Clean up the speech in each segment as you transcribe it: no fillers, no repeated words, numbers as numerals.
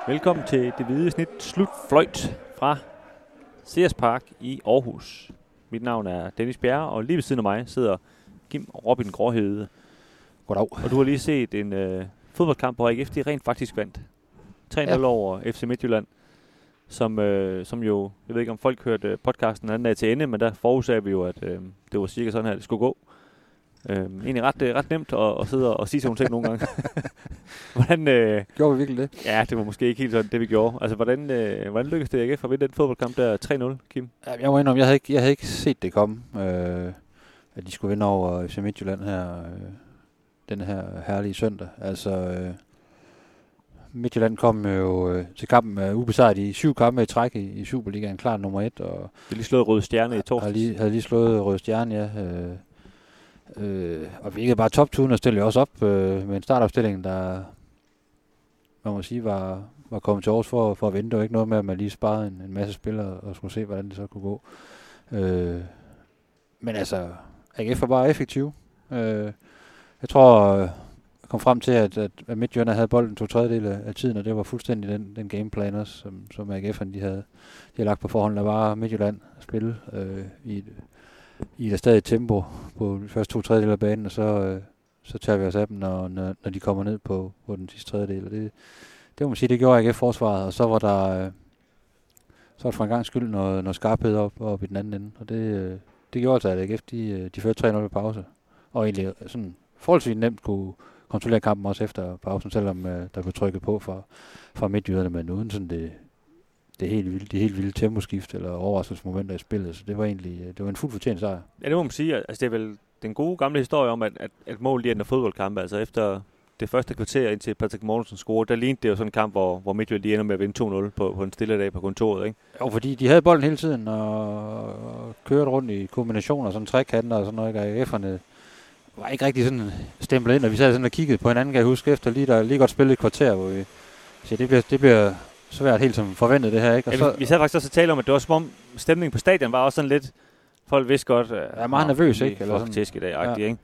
Velkommen til det hvide snit slutfløjt fra CS Park i Aarhus. Mit navn er Dennis Bjerre, og lige ved siden af mig sidder Kim Robin Gråhede. Goddag. Og du har lige set en fodboldkamp, hvor AGF de rent faktisk vandt. 3-0 over FC Midtjylland, som jo, jeg ved ikke om folk hørte podcasten anden dag til ende, men der forudsagde vi jo, at det var cirka sådan her, det skulle gå. Egentlig ret nemt at sidde og sige sådan nogle ting nogle gange. Hvordan, gjorde vi virkelig det? Ja, det var måske ikke helt sådan, det vi gjorde. Altså, hvordan lykkedes det AGF at vinde den fodboldkamp der 3-0, Kim? Jeg må indrømme, jeg havde ikke set det komme, at de skulle vinde over FC Midtjylland her, den her herlige søndag. Altså, Midtjylland kom jo til kampen ubesejret i 7 kampe i træk i Superligaen, klar nummer 1. Og det lige slået Røde Stjerne i torsdags. Havde lige slået Røde Stjerne, ja. Og virkede bare top-turen og stillede også op med en startopstilling, der, man må sige, var kommet til års for at vinde. Det var ikke noget med, at man lige sparede en masse spillere og skulle se, hvordan det så kunne gå. Men altså, AGF var bare effektiv. Jeg tror, jeg kom frem til, at Midtjylland havde bolden 2/3 af tiden, og det var fuldstændig den gameplan også, som AGF'erne de havde lagt på forhånd. Der var Midtjylland at spille i et stadig tempo på de første 2/3 af banen, og så tager vi os af dem, når de kommer ned på den sidste tredjedel. Og det må man sige, det gjorde AGF-forsvaret, og så var der for en gang skyld noget skarphed op i den anden ende. Og det gjorde altså, at AGF de førte 3-0 ved pause, og egentlig sådan forholdsvis nemt kunne kontrollere kampen også efter pausen, selvom der blev trykket på fra Midtjyderne, men uden sådan det helt vilde temposkift eller overraskelsesmomenter i spillet, så det var en fuldt fortjent sejr. Ja, det må man sige. Altså, det er vel den gode gamle historie om, at mål lige ender fodboldkampe. Altså efter det første kvarter indtil Patrick Mortensen scorede, der lignede det jo sådan en kamp, hvor Midtjylland lige ender med at vinde 2-0 på en stille dag på kontoret, ikke? Jo, fordi de havde bolden hele tiden og kørte rundt i kombinationer, sådan trekanter og sådan noget, og AGF'erne var ikke rigtig sådan stemplet ind, og vi sad sådan og kiggede på hinanden, kan jeg huske, efter lige godt spillet et kvarter, hvor vi siger, det bliver svært helt som forventet det her, ikke? Og ja, vi sad faktisk også og tale om, at det var som om stemningen på stadion var også sådan lidt, folk vidste godt, er meget nervøs, ikke? Eller sådan tæsk i dag-agtigt, ikke?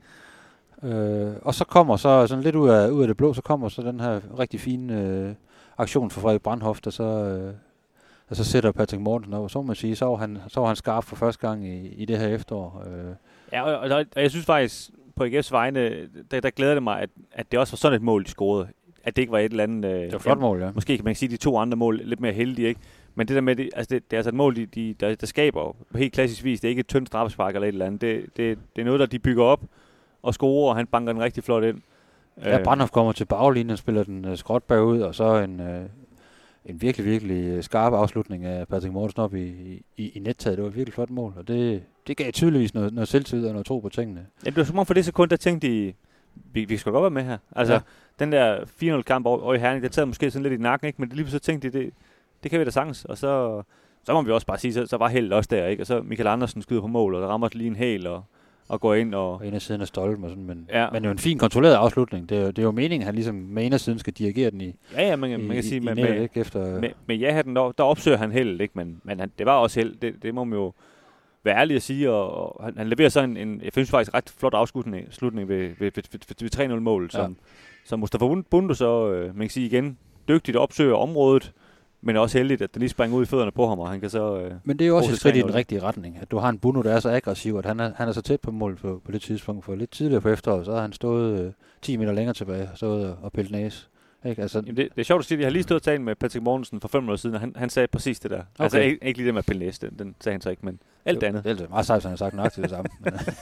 Og så kommer så sådan lidt ud af det blå, så kommer så den her rigtig fine aktion fra Frederik Brandhoff, og så sætter Patrick Mortensen op, og så må man sige, så var han skarp for første gang i det her efterår. Ja, og jeg synes faktisk, på AGF's vegne, der glæder det mig, at det også var sådan et mål, de scorede. At det ikke var et eller andet... det var flot mål, ja. Måske kan man sige, de 2 andre mål lidt mere heldige, ikke? Men det der med, det er altså et mål, der skaber på helt klassisk vis. Det er ikke et tyndt straffespark eller et eller andet. Det er noget, der de bygger op og scorer, og han banker den rigtig flot ind. Ja, Brandhoff kommer til baglinjen og spiller den skråt bagud, og så en virkelig, virkelig skarp afslutning af Patrick Mortensen op i nettaget. Det var et virkelig flot mål, og det gav tydeligvis noget selvtillid og noget tro på tingene. Ja, det var som om for det sekund, der tænkte de, vi skal godt være med her. Altså, ja. Den der 4-0-kamp over i Herning, det tager måske sådan lidt i nakken, ikke? Men lige så tænkte de, det kan vi da sagtens. Og så må vi også bare sige, så var heldet også der, ikke? Og så Michael Andersen skyder på mål, og der rammer lige en hæl og går ind. Og indersiden af stolpen og sådan, men det er jo en fin kontrolleret afslutning. Det er jo meningen, at han ligesom med indersiden skal dirigere den i. Ja, man kan sige, med ja-hatten, der opsøger han heldet, ikke? Men det var også held, det må man jo være ærlig at sige, og han leverer så en jeg synes faktisk ret flot afslutning ved 3-0-mål, som Mustafa Bundu så, man kan sige igen, dygtigt opsøger området, men også heldigt, at den lige springer ud i fødderne på ham, og han kan så... Men det er jo også et skridt i den rigtige retning, at du har en Bundu, der er så aggressiv, at han er så tæt på mål på det tidspunkt, for lidt tidligere på efteråret, så har han stået 10 meter længere tilbage, stået og pillet næse. Ikke? Altså, det er sjovt at sige, at jeg har lige stået og talt med Patrick Mortensen for 5 minutter siden, og han sagde præcis det der. Okay. Altså ikke lige det med at pille næse, den sagde han så ikke, men alt andet. Det er meget sejt, han har sagt nøjagtigt det samme.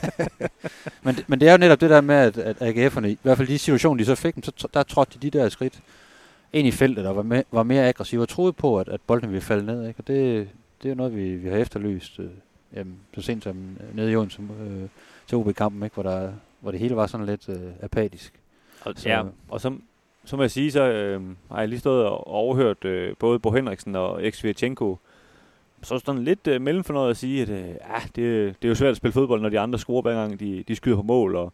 men det er jo netop det der med, at AGF'erne, i hvert fald de situationer, de så fik dem, så der trådte de der skridt ind i feltet, og var mere aggressive og troede på, at bolden ville falde ned. Ikke? Og det er jo noget, vi har efterlyst så sent som nede i Odense til OB-kampen, ikke? Hvor det hele var sådan lidt apatisk. Og så må jeg sige, så har jeg lige stået og overhørt både Bo Henriksen og Eksvierchenko. Så er sådan lidt mellemfornøjet at sige, at det er jo svært at spille fodbold, når de andre scorer hver gang de skyder på mål.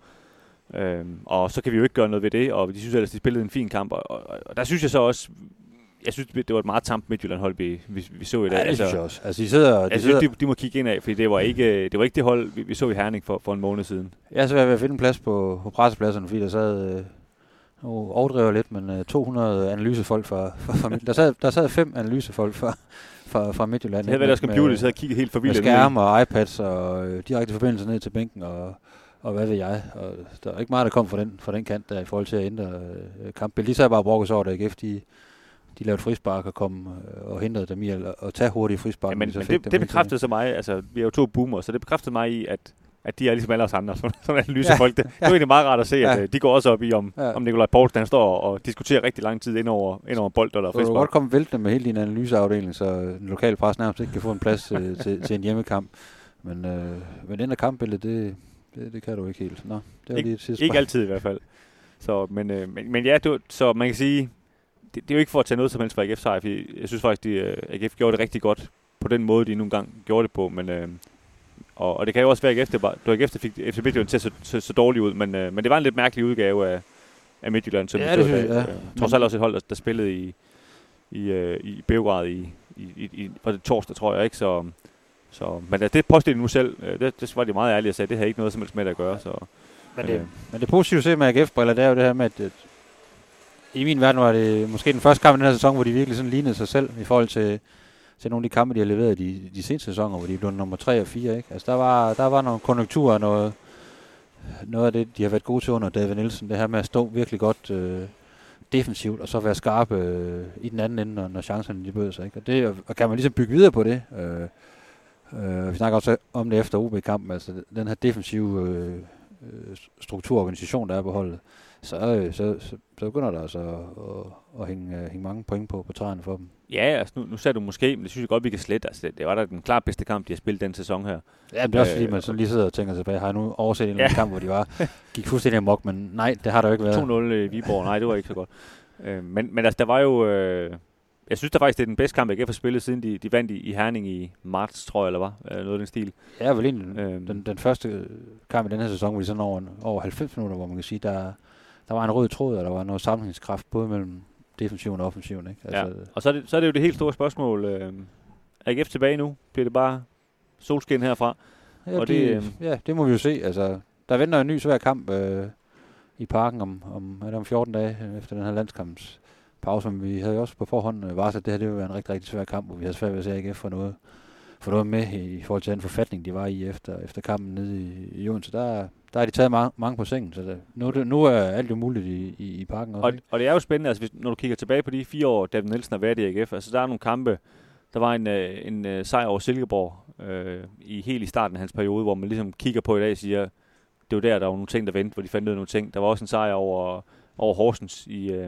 Og så kan vi jo ikke gøre noget ved det, og de synes ellers, de spillede en fin kamp. Og der synes jeg så også, det var et meget tamt Midtjylland-hold, vi så i dag. Ja, det synes jeg også. Altså, de må kigge indad, fordi det var ikke det hold, vi så i Herning for en måned siden. Jeg så ved at finde en plads på pressepladserne, fordi der sad Og overdriver lidt, men 200 analysefolk fra der sad 5 analysefolk fra Midtjylland. Det havde været deres computer, de sad og kiggede helt forbi. Med skærm og iPads og direkte forbindelse ned til bænken og hvad ved jeg. Og der er ikke meget, der kom fra den kant der i forhold til at ændre kampbilledet. De sad bare og brokkede over, at AGF de lavede frispark og kom og hentede dem i at tage hurtige frispark. Ja, men det bekræftede så mig, altså vi er jo 2 boomer, så det bekræftede mig i, at de er ligesom alle os andre, sådan analysefolk. Det er jo egentlig meget rart at se, at de går også op i, om Nikolaj Poulsen, han står og diskuterer rigtig lang tid ind over bold eller frispark. Du kan godt komme væltende med hele din analyseafdeling, så den lokale pres nærmest ikke kan få en plads til en hjemmekamp. Men den der kampbillede, det kan du ikke helt. Nå, det var lige et sidste ikke altid i hvert fald. Så, men ja, så man kan sige, det er jo ikke for at tage noget som helst fra AGF sejr, fordi jeg synes faktisk, at AGF gjorde det rigtig godt på den måde, de nogle gange gjorde det på, men og det kan jo også være, at AGF fik FC Midtjylland til at se så dårligt ud, men det var en lidt mærkelig udgave af Midtjylland, som trods alt også et hold, der spillede i Beograd var det torsdag, tror jeg, ikke? Så men det påstod de nu selv, det var de meget ærlige at sige, det havde ikke noget som helst med det at gøre. Så, men det positive at se med AGF-briller, det er jo det her med, at i min verden var det måske den første kamp i den her sæson, hvor de virkelig sådan lignede sig selv i forhold til nogle af de kampe, de har leveret de seneste sæsoner, hvor de blev nummer 3 og 4, ikke? Altså der var nogle konjunkturer, noget af det, de har været gode til under David Nielsen, det her med at stå virkelig godt defensivt, og så være skarpe i den anden ende, når chancerne de bøder sig, ikke? Og kan man ligesom bygge videre på det. Vi snakker også om det efter OB-kampen, altså den her defensive strukturorganisation, der er på holdet, så begynder der altså at hænge mange point på træerne for dem. Ja, altså nu sagde du måske, men det synes jeg godt, vi kan slette. Altså, det var da den klart bedste kamp, de har spillet den sæson her. Ja, det er også fordi, man sådan lige sidder og tænker tilbage. Har jeg nu overset en kamp, hvor de gik fuldstændig amok, men nej, det har der jo ikke været. 2-0 i Viborg, nej, det var ikke så godt. Men altså, der var jo... jeg synes da faktisk, det er den bedste kamp, AGF har spillet, siden de vandt i Herning i marts, tror jeg, eller var noget af den stil. Ja, vel egentlig den første kamp i den her sæson, hvor de sådan over 90 minutter, hvor man kan sige, der var en rød tråd, og der var noget sammenhængskraft, både mellem defensiven og offensiven, ikke? Altså, ja, og så er det jo det helt store spørgsmål. AGF tilbage nu? Bliver det bare solskin herfra? Ja, og det må vi jo se. Altså, der venter en ny svær kamp i Parken om 14 dage efter den her landskampspause, som vi havde også på forhånd varslet. Det her det ville være en rigtig, rigtig svær kamp, hvor vi havde svært ved at se AGF for noget med i forhold til den forfatning, de var i efter kampen nede i Odense. Der har de taget mange på sengen, så nu er alt jo muligt i Parken også. Og det er jo spændende, altså når du kigger tilbage på de 4 år, David Nielsen har været i AGF, altså der er nogle kampe, der var en sejr over Silkeborg helt i starten af hans periode, hvor man ligesom kigger på i dag og siger, det var der var nogle ting, der vendte, hvor de fandt ud af nogle ting. Der var også en sejr over Horsens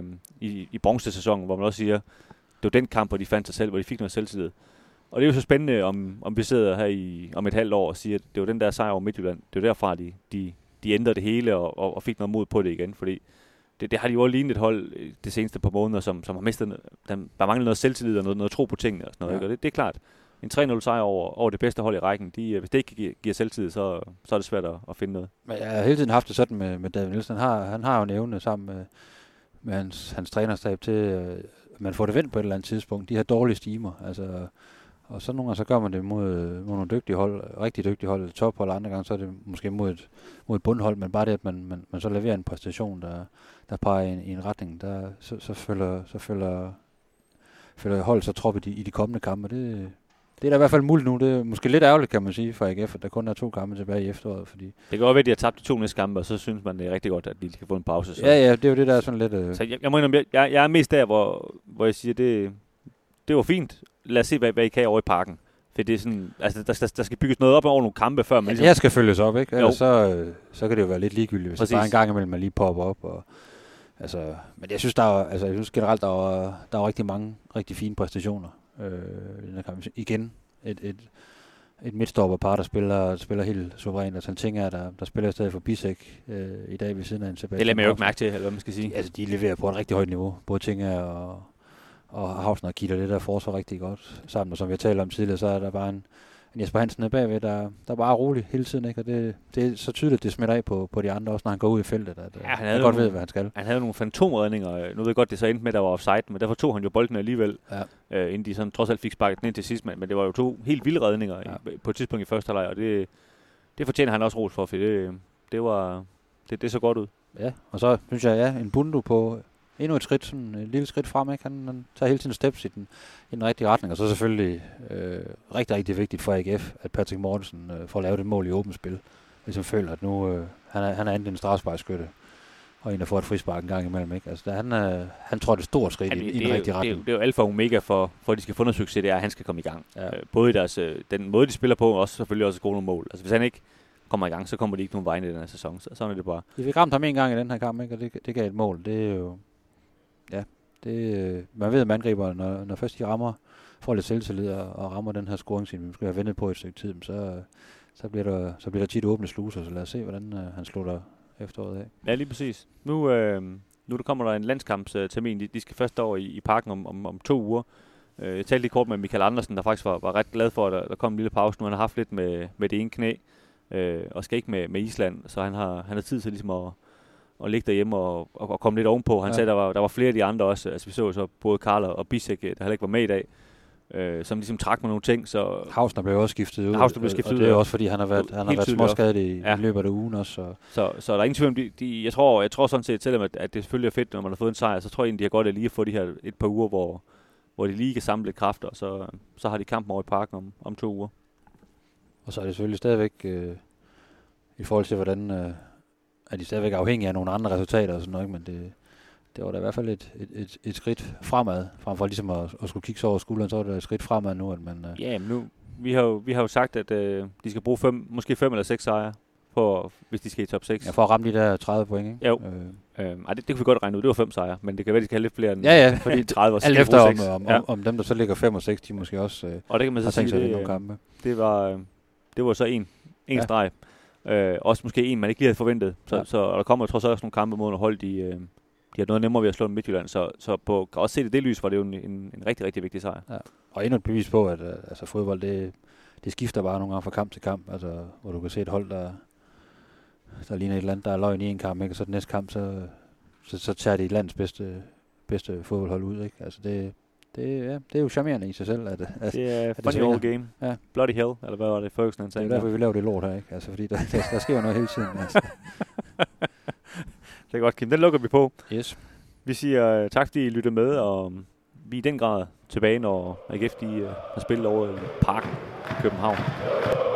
i bronzesæsonen, hvor man også siger, det var den kamp, hvor de fandt sig selv, hvor de fik noget selvtillid. Og det er jo så spændende, om vi sidder her om et halvt år og siger, at det var den der sejr over Midtjylland. Det var derfra, de ændrede det hele og fik noget mod på det igen. Fordi det har de jo også lignet et hold det seneste par måneder, som har mistet, der mangler noget selvtillid og noget tro på tingene og sådan noget. Ja. Og det er klart, en 3-0 sejr over det bedste hold i rækken, hvis det ikke giver selvtillid, så er det svært at finde noget. Men jeg har hele tiden haft det sådan med David Nielsen. Han har jo en evne sammen med hans trænerstab til, at man får det vendt på et eller andet tidspunkt. De her dårlige stimer, altså... Og så nogle gange så gør man det mod nogle dygtige hold, rigtig dygtige hold, tophold, og andre gange så er det måske mod et bundhold, men bare det, at man så leverer en præstation, der peger i en retning, der så følger holdet så troppet i de kommende kampe. Det er da i hvert fald muligt nu. Det er måske lidt ærgerligt, kan man sige, for AGF, at der kun er 2 kampe tilbage i efteråret. Fordi det kan godt være, at de har tabt de 2 næste kampe, og så synes man, det er rigtig godt, at de kan få en pause. Så. Ja, det er jo det, der er sådan lidt... Så jeg må indrømme, jeg er mest der, hvor jeg siger, det var fint. Lad os se, hvad I kan over i Parken. For det er sådan, altså der skal bygges noget op over nogle kampe, før man ligesom... Ja, det skal følges op, ikke? Ellers så kan det jo være lidt ligegyldigt, hvis det bare en gang imellem man lige popper op. Og, altså, men jeg synes, jeg synes generelt, der var rigtig mange rigtig fine præstationer. Igen, et midtstopperpar, der spiller helt suverænt. Altså, han tænker, der spiller i stedet for Bisek i dag ved siden af en Sebastian. Det lader man jo ikke mærke til, eller hvad man skal sige. Altså, de leverer på et rigtig højt niveau. Både Tinga og Hausen og Kieler, det der forsvar rigtig godt sammen. Og som vi har talt om tidligere, så er der bare en Jesper Hansen bagved, der bare er rolig hele tiden, ikke? Og det er så tydeligt, at det smitter af på de andre, også når han går ud i feltet, at han godt ved, hvad han skal. Han havde nogle fantomredninger. Nu ved jeg godt, det så endte med, at der var offside, men derfor tog han jo bolden alligevel, inden de sådan, trods alt fik sparket den ind til sidst. Men det var jo 2 helt vilde redninger på et tidspunkt i første halvleg, og det fortjener han også ros for, for det så godt ud. Ja, og så synes jeg, en Bundu på endnu et skridt, sådan et lille skridt frem, ikke? Han tager hele tiden steps i den rigtige retning, og så selvfølgelig rigtig, rigtig vigtigt for AGF, at Patrick Mortensen får lavet et mål i åbent spil, hvis han føler, at nu han er enten en strafsparkskytte, og en, der får et frispark en gang imellem, ikke? Altså, han tror, det er et stort skridt i den rigtige retning. Det er jo alfa og omega for at de skal få noget succes, det er, at han skal komme i gang. Ja. Både i deres, den måde, de spiller på, og også selvfølgelig også score nogle mål. Altså, hvis han ikke kommer i gang, så kommer de ikke nogen vej i den her sæson. Så sådan er det bare. Vi fik ramt ham en gang i den her kamp, ikke? Og det gav et mål. Det er jo... Ja, man ved, at mandgriber, når først de får lidt selvtillid og rammer den her scoring, som vi skal have ventet på et stykke tid, så bliver der tit åbne sluser, så lad os se, hvordan han slutter efteråret af. Ja, lige præcis. Nu der kommer der en landskampstermin. De skal først over i parken om 2 uger. Jeg talte lige kort med Michael Andersen, der faktisk var ret glad for, at der kom en lille pause. Nu han har haft lidt med det ene knæ, og skal ikke med Island, så han har tid til ligesom at ligge derhjemme og komme lidt ovenpå. Han sagde, der var flere af de andre også. Altså vi så både Karl og Bisek, der heller ikke var med i dag, som ligesom trak med nogle ting. Så Hausner blev også skiftet ud, og det er også fordi, han har været småskadet i løbet af ugen også. Så der er ingen tvivl om, jeg tror sådan set selvom, at det selvfølgelig er fedt, når man har fået en sejr, så tror jeg egentlig, de har godt at lige at få de her et par uger, hvor de lige kan samle lidt kræfter, og så har de kampen over i parken om 2 uger. Og så er det selvfølgelig stadigvæk i forhold til, hvordan er de stadigvæk afhængige af nogle andre resultater og sådan noget, men det var da i hvert fald et skridt fremad, frem for ligesom at skulle kigge så over skulderen, så var det et skridt fremad nu, at man... Ja, men nu, vi har jo sagt, at de skal bruge 5 eller 6 sejre, hvis de skal i top 6. Ja, for at ramme de der 30 point, ikke? Jo. Det kunne vi godt regne ud. Det var 5 sejre, men det kan være, de skal have lidt flere end fordi 30 og alt efter om dem, der så ligger 5 og 6, de måske også og det kan man så tænkt sig sige, nogle kampe. Det var så en streg. Også måske en, man ikke lige havde forventet. Så der kommer trods også nogle kampe mod hold, de har noget nemmere ved at slå en Midtjylland. Så på også set i det lys, var det jo en rigtig, rigtig vigtig sejr. Ja. Og endnu et bevis på, at fodbold, det skifter bare nogle gange fra kamp til kamp. Altså, hvor du kan se et hold, der ligner et eller andet, der er løgn i en kamp, ikke? Og så den næste kamp, så tager de et lands bedste fodboldhold ud, ikke? Altså det er jo charmerende i sig selv, at det er funny old game. Ja. Bloody hell, eller hvad var det, Ferguson sagde? Det er derfor, vi laver det lort her, ikke? Altså, fordi der sker noget hele tiden. Altså. Det er godt, Kim. Den lukker vi på. Yes. Vi siger tak, fordi I lyttede med, og vi er i den grad tilbage, når AGF har spillet over i Parken i København.